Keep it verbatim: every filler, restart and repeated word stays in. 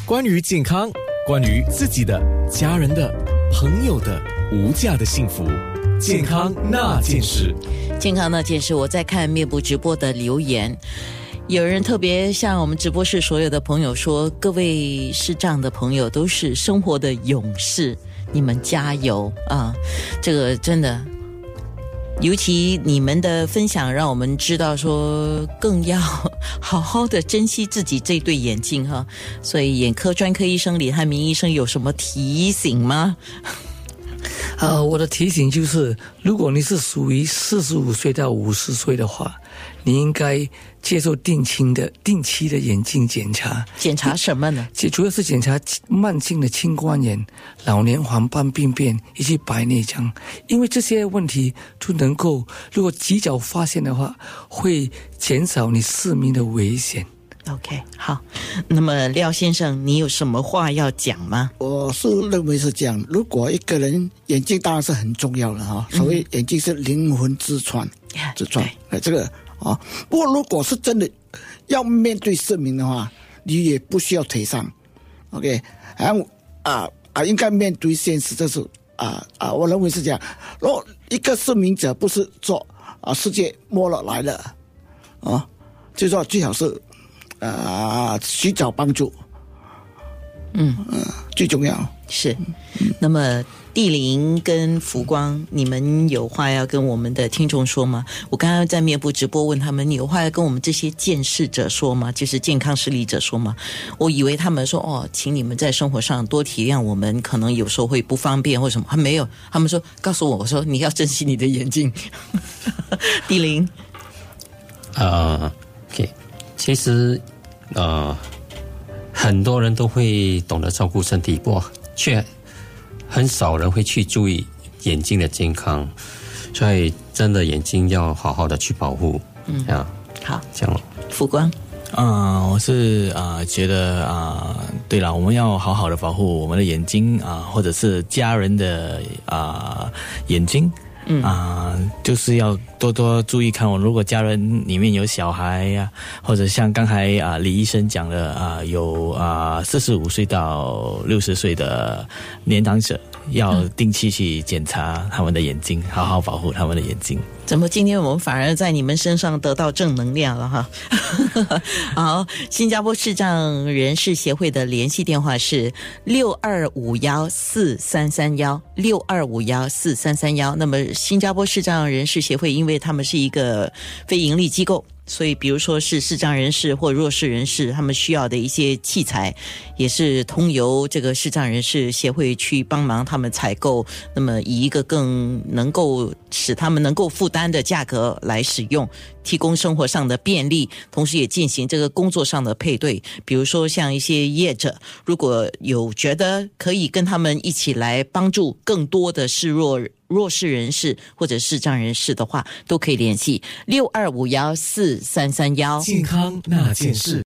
关于健康，关于自己的、家人的、朋友的无价的幸福，健康那件事。 健康那件事，我在看面部直播的留言，有人特别向我们直播室所有的朋友说，各位视障的朋友都是生活的勇士，你们加油啊！这个真的，尤其你们的分享让我们知道说更要好好的珍惜自己这对眼睛哈。所以眼科专科医生李汉明医生有什么提醒吗？ 呃，我的提醒就是，如果你是属于四十五岁到五十岁的话，你应该接受定期的定期的眼镜检查。 检查什么呢？ 主要是检查慢性的青光眼、老年黄斑病变以及白内障，因为这些问题就能够，如果及早发现的话，会减少你失明的危险。 OK， 好。那么廖先生，你有什么话要讲吗？ 我是认为是这样，如果一个人眼睛当然是很重要的哈，所谓眼睛是灵魂之窗，嗯、之窗，哎，这个啊。不过如果是真的要面对市民的话，你也不需要腿上 ，OK， 然后啊啊，应该面对现实，这是啊啊，我认为是这样。如果一个市民者不是说啊世界末日来了啊，就说最好是。啊，寻找帮助，嗯嗯、呃，最重要是。那么地灵跟福光，你们有话要跟我们的听众说吗？我刚刚在面部直播问他们，你有话要跟我们这些健视者说吗？就是健康视力者说吗？我以为他们说哦，请你们在生活上多体谅我们，可能有时候会不方便或什么。他没有，他们说告诉我，我说你要珍惜你的眼睛。地灵， 呃 ，OK。其实，呃，很多人都会懂得照顾身体，不过却很少人会去注意眼睛的健康，所以真的眼睛要好好的去保护。嗯，啊， 好， 这样了。 福光， 啊、呃，我是啊、呃、觉得啊、呃，对了，我们要好好的保护我们的眼睛啊、呃，或者是家人的啊、呃、眼睛。嗯啊、呃，就是要多多注意看我。如果家人里面有小孩呀、啊，或者像刚才啊、呃、李医生讲的啊、呃，有啊四十五岁到六十岁的年长者，要定期去检查他们的眼睛，好好保护他们的眼睛。 怎么今天我们反而在你们身上得到正能量了哈？好，新加坡视障人士协会的联系电话是六二五幺四三三幺六二五幺四三三幺。那么新加坡视障人士协会，因为他们是一个非营利机构，所以比如说是视障人士或弱势人士，他们需要的一些器材也是通由这个视障人士协会去帮忙他们采购，那么以一个更能够使他们能够负担的价格来使用，提供生活上的便利，同时也进行这个工作上的配对。比如说像一些业者，如果有觉得可以跟他们一起来帮助更多的视弱弱势人士或者视障人士的话，都可以联系六二五幺四三三幺。 健康那件事。